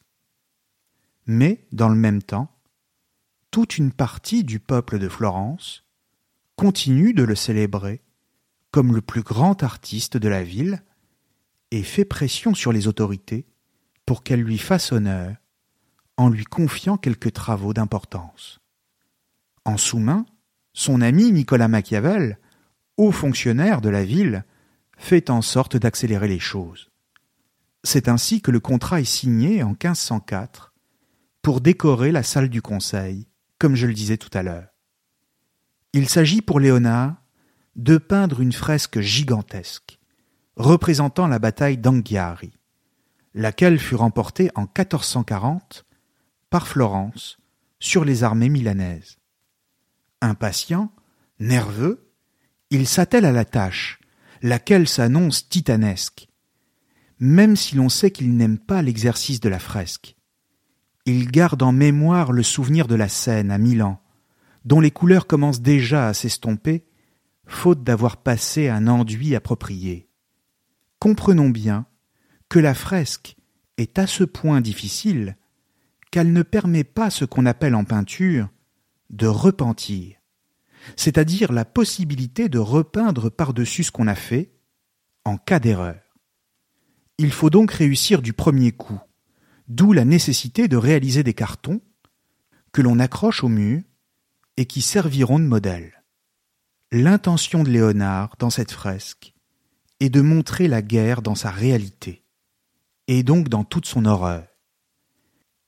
Mais, dans le même temps, toute une partie du peuple de Florence continue de le célébrer comme le plus grand artiste de la ville et fait pression sur les autorités pour qu'elles lui fassent honneur en lui confiant quelques travaux d'importance. En sous-main, son ami Nicolas Machiavel, haut fonctionnaire de la ville, fait en sorte d'accélérer les choses. C'est ainsi que le contrat est signé en 1504 pour décorer la salle du conseil, comme je le disais tout à l'heure. Il s'agit pour Léonard de peindre une fresque gigantesque, représentant la bataille d'Anghiari, laquelle fut remportée en 1440 par Florence sur les armées milanaises. Impatient, nerveux, il s'attelle à la tâche, laquelle s'annonce titanesque, même si l'on sait qu'il n'aime pas l'exercice de la fresque. Il garde en mémoire le souvenir de la scène à Milan, dont les couleurs commencent déjà à s'estomper, faute d'avoir passé un enduit approprié. Comprenons bien que la fresque est à ce point difficile qu'elle ne permet pas ce qu'on appelle en peinture de repentir, c'est-à-dire la possibilité de repeindre par-dessus ce qu'on a fait en cas d'erreur. Il faut donc réussir du premier coup, d'où la nécessité de réaliser des cartons que l'on accroche au mur et qui serviront de modèle. L'intention de Léonard dans cette fresque est de montrer la guerre dans sa réalité, et donc dans toute son horreur.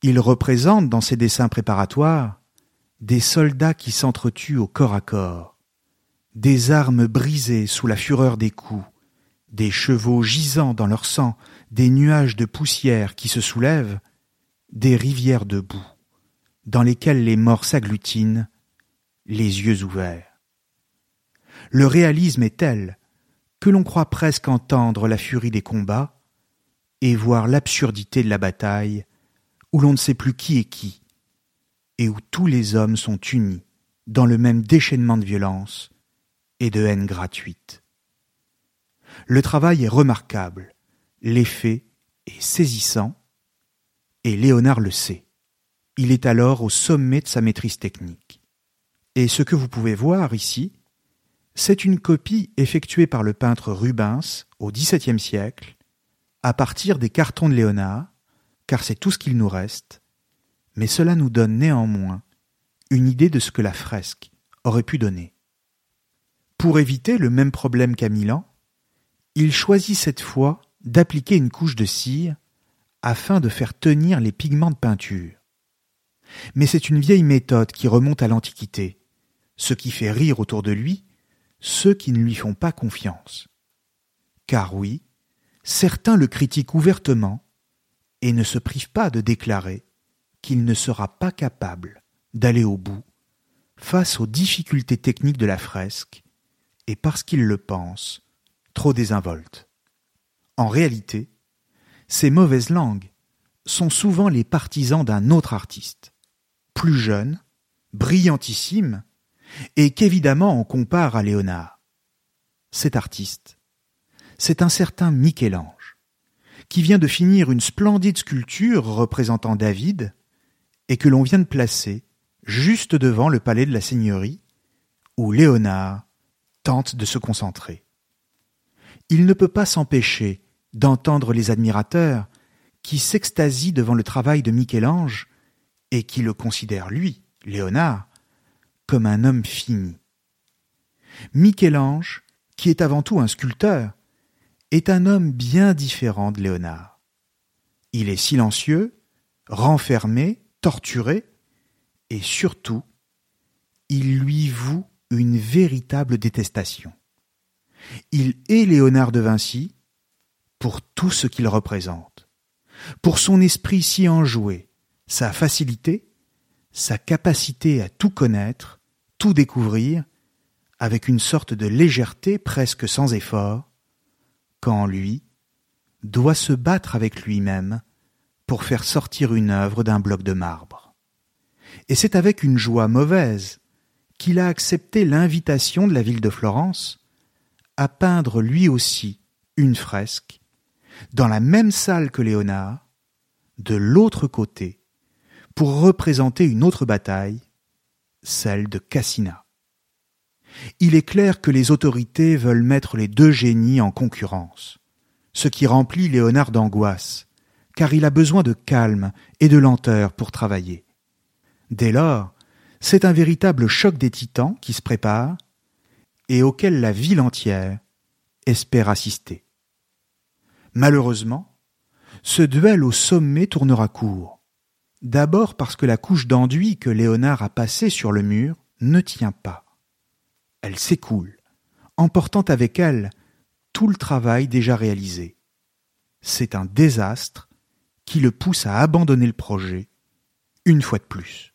Il représente dans ses dessins préparatoires des soldats qui s'entretuent au corps à corps, des armes brisées sous la fureur des coups, des chevaux gisant dans leur sang, des nuages de poussière qui se soulèvent, des rivières de boue, dans lesquelles les morts s'agglutinent, les yeux ouverts. Le réalisme est tel que l'on croit presque entendre la furie des combats et voir l'absurdité de la bataille où l'on ne sait plus qui est qui et où tous les hommes sont unis dans le même déchaînement de violence et de haine gratuite. Le travail est remarquable, l'effet est saisissant, et Léonard le sait. Il est alors au sommet de sa maîtrise technique. Et ce que vous pouvez voir ici, c'est une copie effectuée par le peintre Rubens au XVIIe siècle, à partir des cartons de Léonard, car c'est tout ce qu'il nous reste, mais cela nous donne néanmoins une idée de ce que la fresque aurait pu donner. Pour éviter le même problème qu'à Milan, il choisit cette fois d'appliquer une couche de cire afin de faire tenir les pigments de peinture. Mais c'est une vieille méthode qui remonte à l'Antiquité, ce qui fait rire autour de lui ceux qui ne lui font pas confiance. Car oui, certains le critiquent ouvertement et ne se privent pas de déclarer qu'il ne sera pas capable d'aller au bout face aux difficultés techniques de la fresque et parce qu'il le pense, trop désinvolte. En réalité, ces mauvaises langues sont souvent les partisans d'un autre artiste, plus jeune, brillantissime, et qu'évidemment on compare à Léonard. Cet artiste, c'est un certain Michel-Ange, qui vient de finir une splendide sculpture représentant David et que l'on vient de placer juste devant le palais de la Seigneurie, où Léonard tente de se concentrer. Il ne peut pas s'empêcher d'entendre les admirateurs qui s'extasient devant le travail de Michel-Ange et qui le considèrent, lui, Léonard, comme un homme fini. Michel-Ange, qui est avant tout un sculpteur, est un homme bien différent de Léonard. Il est silencieux, renfermé, torturé, et surtout, il lui voue une véritable détestation. Il hait Léonard de Vinci pour tout ce qu'il représente, pour son esprit si enjoué, sa facilité, sa capacité à tout connaître, tout découvrir, avec une sorte de légèreté presque sans effort, quand lui doit se battre avec lui-même pour faire sortir une œuvre d'un bloc de marbre. Et c'est avec une joie mauvaise qu'il a accepté l'invitation de la ville de Florence à peindre lui aussi une fresque dans la même salle que Léonard, de l'autre côté, pour représenter une autre bataille, celle de Cassina. Il est clair que les autorités veulent mettre les deux génies en concurrence, ce qui remplit Léonard d'angoisse, car il a besoin de calme et de lenteur pour travailler. Dès lors, c'est un véritable choc des titans qui se prépare et auquel la ville entière espère assister. Malheureusement, ce duel au sommet tournera court. D'abord parce que la couche d'enduit que Léonard a passée sur le mur ne tient pas. Elle s'écoule, emportant avec elle tout le travail déjà réalisé. C'est un désastre qui le pousse à abandonner le projet, une fois de plus.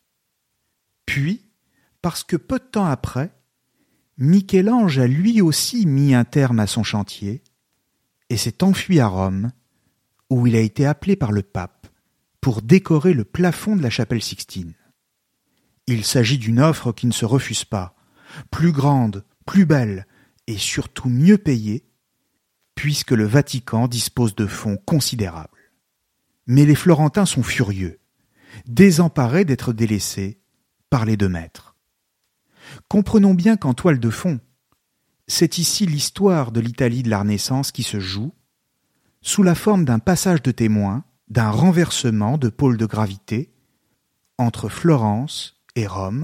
Puis, parce que peu de temps après, Michel-Ange a lui aussi mis un terme à son chantier et s'est enfui à Rome, où il a été appelé par le pape pour décorer le plafond de la chapelle Sixtine. Il s'agit d'une offre qui ne se refuse pas, plus grande, plus belle et surtout mieux payée, puisque le Vatican dispose de fonds considérables. Mais les Florentins sont furieux, désemparés d'être délaissés par les deux maîtres. Comprenons bien qu'en toile de fond, c'est ici l'histoire de l'Italie de la Renaissance qui se joue, sous la forme d'un passage de témoin, d'un renversement de pôle de gravité, entre Florence et Rome,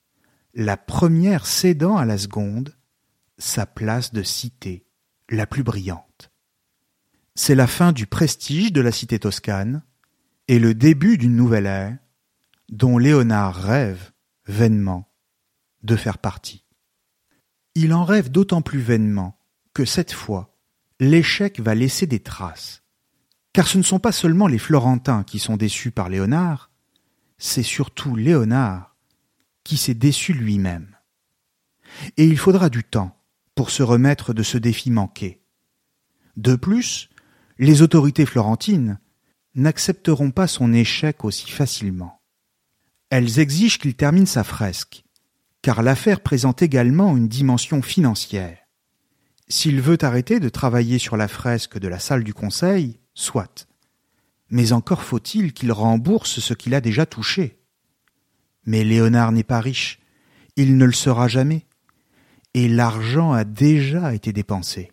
la première cédant à la seconde sa place de cité la plus brillante. C'est la fin du prestige de la cité toscane est le début d'une nouvelle ère dont Léonard rêve, vainement, de faire partie. Il en rêve d'autant plus vainement que cette fois, l'échec va laisser des traces. Car ce ne sont pas seulement les Florentins qui sont déçus par Léonard, c'est surtout Léonard qui s'est déçu lui-même. Et il faudra du temps pour se remettre de ce défi manqué. De plus, les autorités florentines n'accepteront pas son échec aussi facilement. Elles exigent qu'il termine sa fresque, car l'affaire présente également une dimension financière. S'il veut arrêter de travailler sur la fresque de la salle du conseil, soit. Mais encore faut-il qu'il rembourse ce qu'il a déjà touché. Mais Léonard n'est pas riche, il ne le sera jamais, et l'argent a déjà été dépensé.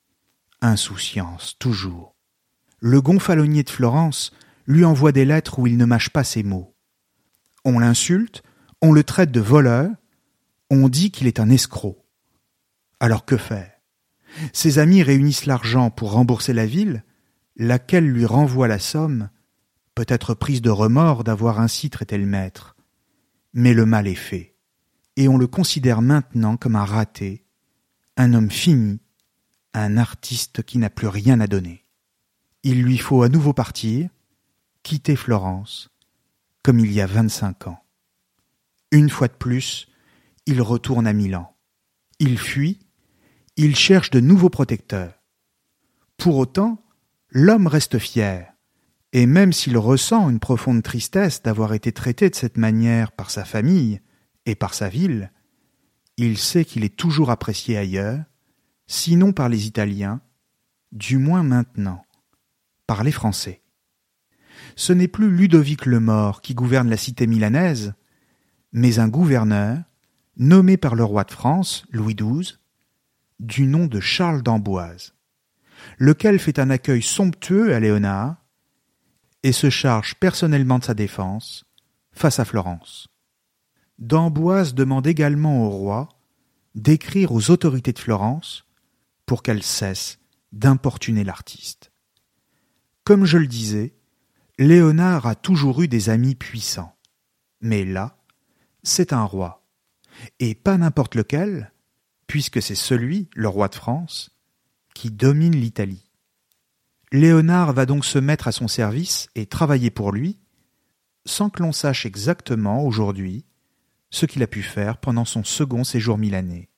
Insouciance, toujours. Le gonfalonier de Florence lui envoie des lettres où il ne mâche pas ses mots. On l'insulte, on le traite de voleur, on dit qu'il est un escroc. Alors que faire? Ses amis réunissent l'argent pour rembourser la ville, laquelle lui renvoie la somme, peut-être prise de remords d'avoir ainsi traité le maître. Mais le mal est fait, et on le considère maintenant comme un raté, un homme fini, un artiste qui n'a plus rien à donner. Il lui faut à nouveau partir, quitter Florence, comme il y a 25 ans. Une fois de plus, il retourne à Milan. Il fuit, il cherche de nouveaux protecteurs. Pour autant, l'homme reste fier, et même s'il ressent une profonde tristesse d'avoir été traité de cette manière par sa famille et par sa ville, il sait qu'il est toujours apprécié ailleurs, sinon par les Italiens, du moins maintenant, par les Français. Ce n'est plus Ludovic le Mort qui gouverne la cité milanaise, mais un gouverneur, nommé par le roi de France, Louis XII, du nom de Charles d'Amboise, lequel fait un accueil somptueux à Léonard et se charge personnellement de sa défense face à Florence. D'Amboise demande également au roi d'écrire aux autorités de Florence pour qu'elles cessent d'importuner l'artiste. Comme je le disais, Léonard a toujours eu des amis puissants, mais là, c'est un roi, et pas n'importe lequel, puisque c'est celui, le roi de France, qui domine l'Italie. Léonard va donc se mettre à son service et travailler pour lui, sans que l'on sache exactement aujourd'hui ce qu'il a pu faire pendant son second séjour milanais.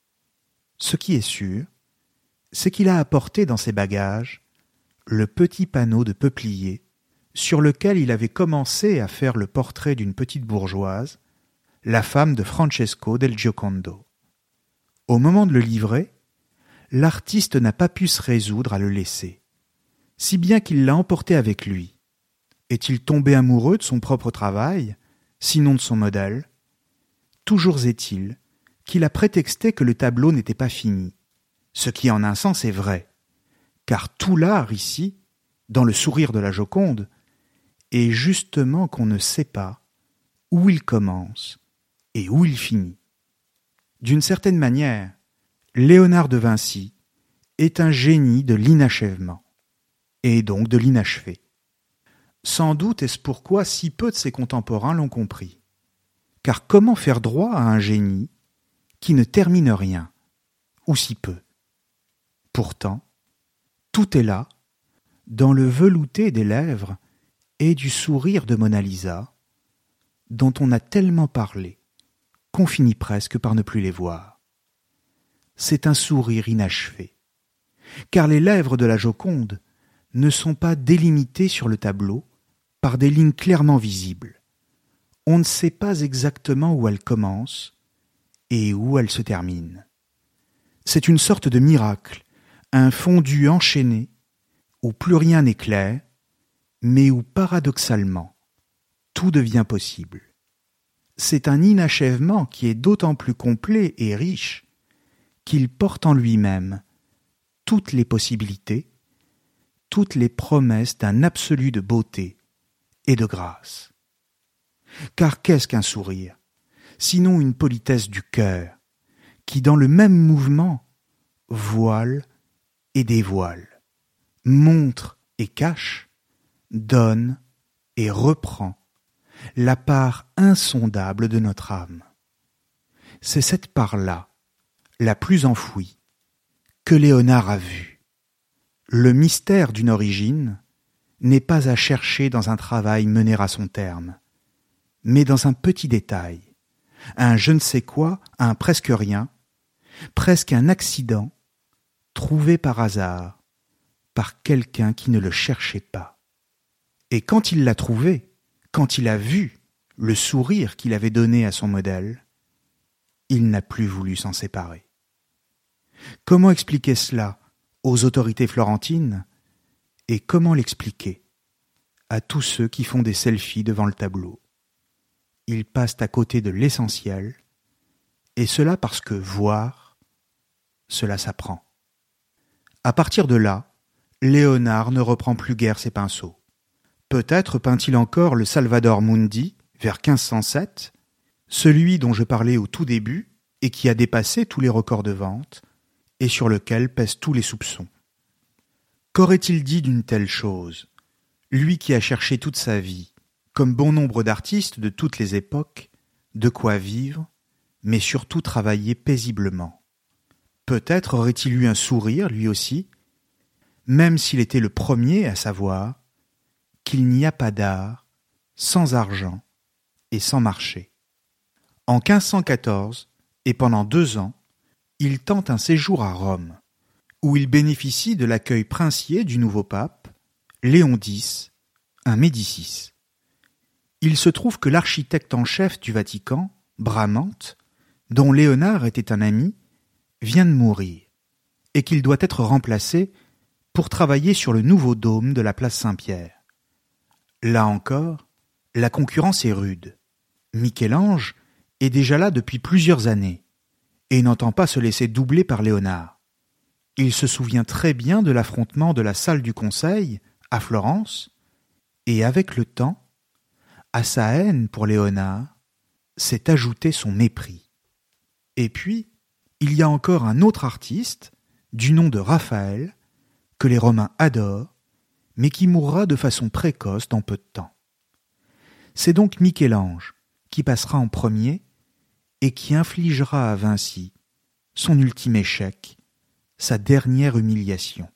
Ce qui est sûr, c'est qu'il a apporté dans ses bagages le petit panneau de peuplier sur lequel il avait commencé à faire le portrait d'une petite bourgeoise, la femme de Francesco del Giocondo. Au moment de le livrer, l'artiste n'a pas pu se résoudre à le laisser, si bien qu'il l'a emporté avec lui. Est-il tombé amoureux de son propre travail, sinon de son modèle? Toujours est-il qu'il a prétexté que le tableau n'était pas fini, ce qui en un sens est vrai, car tout l'art ici, dans le sourire de la Joconde, est justement qu'on ne sait pas où il commence et où il finit. D'une certaine manière, Léonard de Vinci est un génie de l'inachèvement, et donc de l'inachevé. Sans doute est-ce pourquoi si peu de ses contemporains l'ont compris. Car comment faire droit à un génie qui ne termine rien, ou si peu? Pourtant, tout est là, dans le velouté des lèvres et du sourire de Mona Lisa, dont on a tellement parlé qu'on finit presque par ne plus les voir. C'est un sourire inachevé, car les lèvres de la Joconde ne sont pas délimitées sur le tableau par des lignes clairement visibles. On ne sait pas exactement où elles commencent et où elles se terminent. C'est une sorte de miracle, un fondu enchaîné, où plus rien n'est clair, mais où paradoxalement, tout devient possible. C'est un inachèvement qui est d'autant plus complet et riche qu'il porte en lui-même toutes les possibilités, toutes les promesses d'un absolu de beauté et de grâce. Car qu'est-ce qu'un sourire, sinon une politesse du cœur, qui dans le même mouvement voile et dévoile, montre et cache, donne et reprend la part insondable de notre âme. C'est cette part-là, la plus enfouie, que Léonard a vue. Le mystère d'une origine n'est pas à chercher dans un travail mené à son terme, mais dans un petit détail, un je ne sais quoi, un presque rien, presque un accident, trouvé par hasard, par quelqu'un qui ne le cherchait pas. Et quand il l'a trouvé, quand il a vu le sourire qu'il avait donné à son modèle, il n'a plus voulu s'en séparer. Comment expliquer cela aux autorités florentines et comment l'expliquer à tous ceux qui font des selfies devant le tableau? Ils passent à côté de l'essentiel, et cela parce que voir, cela s'apprend. À partir de là, Léonard ne reprend plus guère ses pinceaux. Peut-être peint-il encore le Salvator Mundi, vers 1507, celui dont je parlais au tout début et qui a dépassé tous les records de vente et sur lequel pèsent tous les soupçons. Qu'aurait-il dit d'une telle chose, lui qui a cherché toute sa vie, comme bon nombre d'artistes de toutes les époques, de quoi vivre, mais surtout travailler paisiblement. Peut-être aurait-il eu un sourire, lui aussi, même s'il était le premier à savoir qu'il n'y a pas d'art sans argent et sans marché. En 1514, et pendant 2 ans, il tente un séjour à Rome, où il bénéficie de l'accueil princier du nouveau pape, Léon X, un Médicis. Il se trouve que l'architecte en chef du Vatican, Bramante, dont Léonard était un ami, vient de mourir, et qu'il doit être remplacé pour travailler sur le nouveau dôme de la place Saint-Pierre. Là encore, la concurrence est rude. Michel-Ange est déjà là depuis plusieurs années, et n'entend pas se laisser doubler par Léonard. Il se souvient très bien de l'affrontement de la salle du Conseil, à Florence, et avec le temps, à sa haine pour Léonard, s'est ajouté son mépris. Et puis, il y a encore un autre artiste, du nom de Raphaël, que les Romains adorent, mais qui mourra de façon précoce dans peu de temps. C'est donc Michel-Ange qui passera en premier et qui infligera à Vinci son ultime échec, sa dernière humiliation.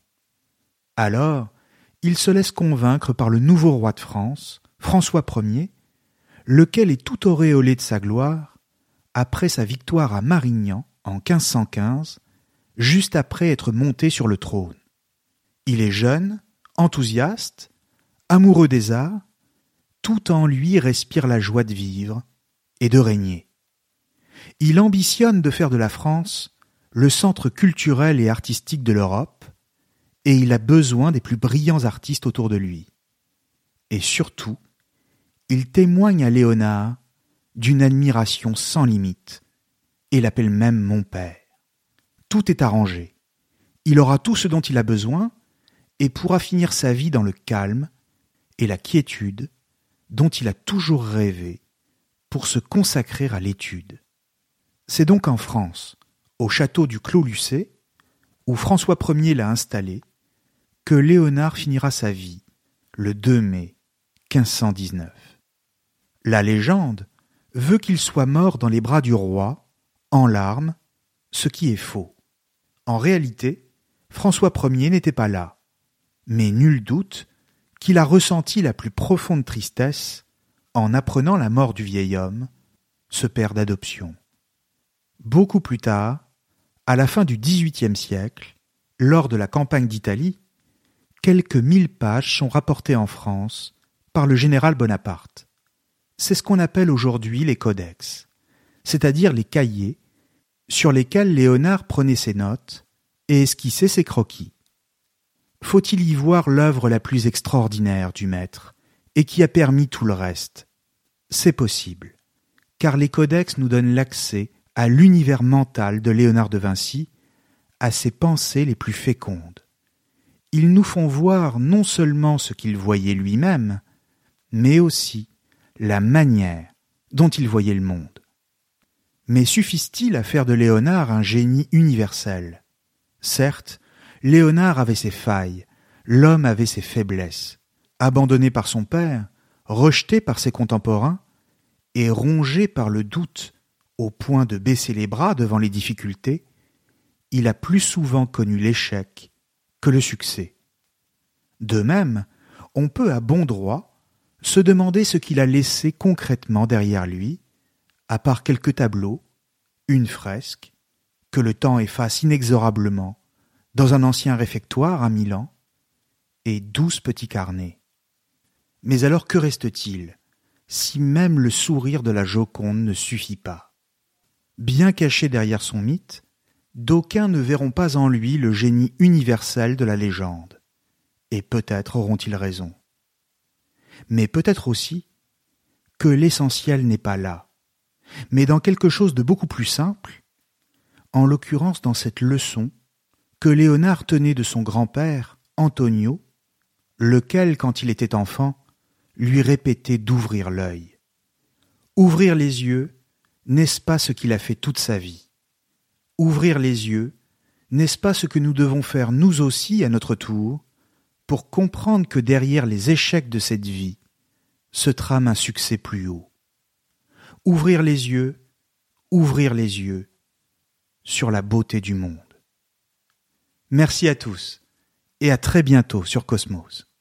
Alors, il se laisse convaincre par le nouveau roi de France, François Ier, lequel est tout auréolé de sa gloire après sa victoire à Marignan en 1515, juste après être monté sur le trône. Il est jeune, enthousiaste, amoureux des arts, tout en lui respire la joie de vivre et de régner. Il ambitionne de faire de la France le centre culturel et artistique de l'Europe, et il a besoin des plus brillants artistes autour de lui. Et surtout, il témoigne à Léonard d'une admiration sans limite, et l'appelle même mon père. Tout est arrangé. Il aura tout ce dont il a besoin, et pourra finir sa vie dans le calme et la quiétude dont il a toujours rêvé pour se consacrer à l'étude. C'est donc en France, au château du Clos-Lucé, où François Ier l'a installé, que Léonard finira sa vie, le 2 mai 1519. La légende veut qu'il soit mort dans les bras du roi, en larmes, ce qui est faux. En réalité, François Ier n'était pas là, mais nul doute qu'il a ressenti la plus profonde tristesse en apprenant la mort du vieil homme, ce père d'adoption. Beaucoup plus tard, à la fin du XVIIIe siècle, lors de la campagne d'Italie, quelques 1000 pages sont rapportées en France par le général Bonaparte. C'est ce qu'on appelle aujourd'hui les codex, c'est-à-dire les cahiers sur lesquels Léonard prenait ses notes et esquissait ses croquis. Faut-il y voir l'œuvre la plus extraordinaire du maître et qui a permis tout le reste? C'est possible, car les codex nous donnent l'accès à l'univers mental de Léonard de Vinci, à ses pensées les plus fécondes. Ils nous font voir non seulement ce qu'il voyait lui-même, mais aussi la manière dont il voyait le monde. Mais suffise-t-il à faire de Léonard un génie universel? Certes, Léonard avait ses failles, l'homme avait ses faiblesses. Abandonné par son père, rejeté par ses contemporains et rongé par le doute au point de baisser les bras devant les difficultés, il a plus souvent connu l'échec que le succès. De même, on peut à bon droit se demander ce qu'il a laissé concrètement derrière lui, à part quelques tableaux, une fresque, que le temps efface inexorablement dans un ancien réfectoire à Milan, et 12 petits carnets. Mais alors que reste-t-il, si même le sourire de la Joconde ne suffit pas? Bien caché derrière son mythe, d'aucuns ne verront pas en lui le génie universel de la légende, et peut-être auront-ils raison. Mais peut-être aussi que l'essentiel n'est pas là, mais dans quelque chose de beaucoup plus simple, en l'occurrence dans cette leçon que Léonard tenait de son grand-père, Antonio, lequel, quand il était enfant, lui répétait d'ouvrir l'œil. Ouvrir les yeux, n'est-ce pas ce qu'il a fait toute sa vie? Ouvrir les yeux, n'est-ce pas ce que nous devons faire nous aussi à notre tour, pour comprendre que derrière les échecs de cette vie se trame un succès plus haut? Ouvrir les yeux sur la beauté du monde. Merci à tous et à très bientôt sur Cosmos.